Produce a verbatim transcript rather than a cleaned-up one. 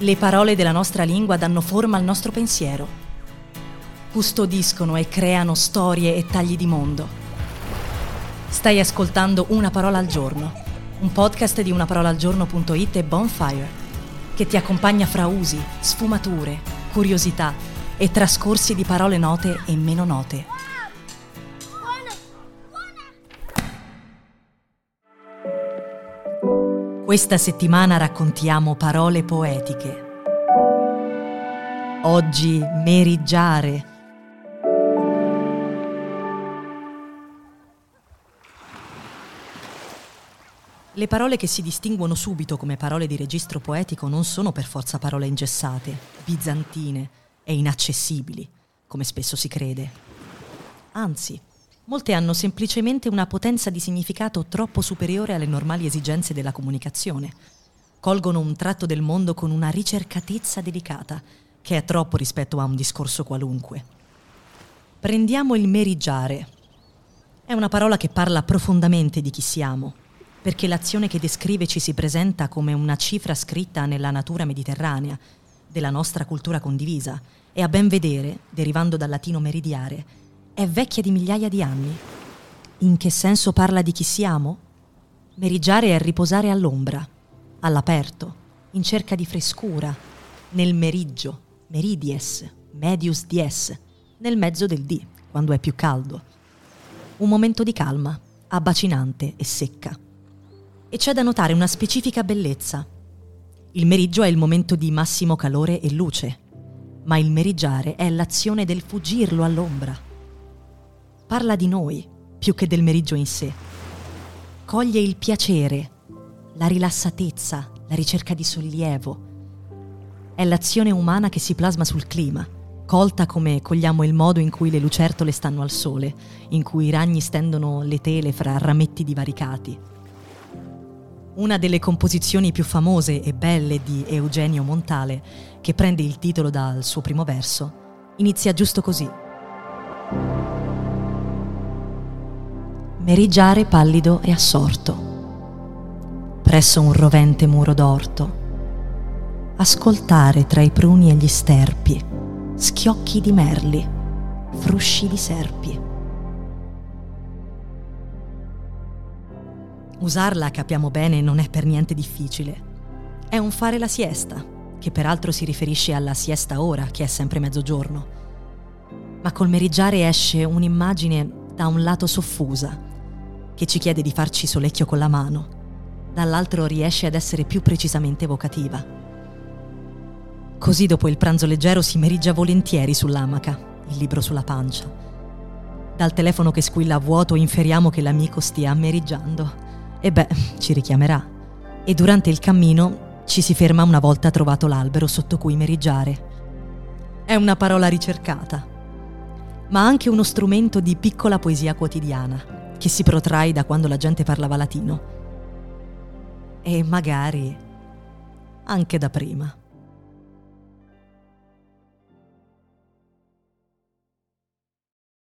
Le parole della nostra lingua danno forma al nostro pensiero, custodiscono e creano storie e tagli di mondo. Stai ascoltando Una parola al giorno, un podcast di unaparolaalgiorno punto it e Bonfire, che ti accompagna fra usi, sfumature, curiosità e trascorsi di parole note e meno note. Questa settimana raccontiamo parole poetiche. Oggi meriggiare. Le parole che si distinguono subito come parole di registro poetico non sono per forza parole ingessate, bizantine e inaccessibili, come spesso si crede. Anzi, molte hanno semplicemente una potenza di significato troppo superiore alle normali esigenze della comunicazione. Colgono un tratto del mondo con una ricercatezza delicata, che è troppo rispetto a un discorso qualunque. Prendiamo il meriggiare. È una parola che parla profondamente di chi siamo, perché l'azione che descrive ci si presenta come una cifra scritta nella natura mediterranea, della nostra cultura condivisa, e a ben vedere, derivando dal latino meridiare, è vecchia di migliaia di anni. In che senso parla di chi siamo? Meriggiare è riposare all'ombra, all'aperto, in cerca di frescura, nel meriggio, meridies, medius dies, nel mezzo del dì, quando è più caldo. Un momento di calma, abbacinante e secca. E c'è da notare una specifica bellezza. Il meriggio è il momento di massimo calore e luce, ma il meriggiare è l'azione del fuggirlo all'ombra. Parla di noi, più che del meriggio in sé. Coglie il piacere, la rilassatezza, la ricerca di sollievo. È l'azione umana che si plasma sul clima, colta come cogliamo il modo in cui le lucertole stanno al sole, in cui i ragni stendono le tele fra rametti divaricati. Una delle composizioni più famose e belle di Eugenio Montale, che prende il titolo dal suo primo verso, inizia giusto così. Meriggiare pallido e assorto, presso un rovente muro d'orto, ascoltare tra i pruni e gli sterpi, schiocchi di merli, frusci di serpi. Usarla, capiamo bene, non è per niente difficile. È un fare la siesta, che peraltro si riferisce alla siesta ora, che è sempre mezzogiorno. Ma col meriggiare esce un'immagine da un lato soffusa, che ci chiede di farci solecchio con la mano, dall'altro riesce ad essere più precisamente evocativa. Così dopo il pranzo leggero si meriggia volentieri sull'amaca, il libro sulla pancia. Dal telefono che squilla a vuoto inferiamo che l'amico stia meriggiando. E beh, ci richiamerà. E durante il cammino ci si ferma una volta trovato l'albero sotto cui meriggiare. È una parola ricercata, ma anche uno strumento di piccola poesia quotidiana, che si protrae da quando la gente parlava latino. E magari anche da prima.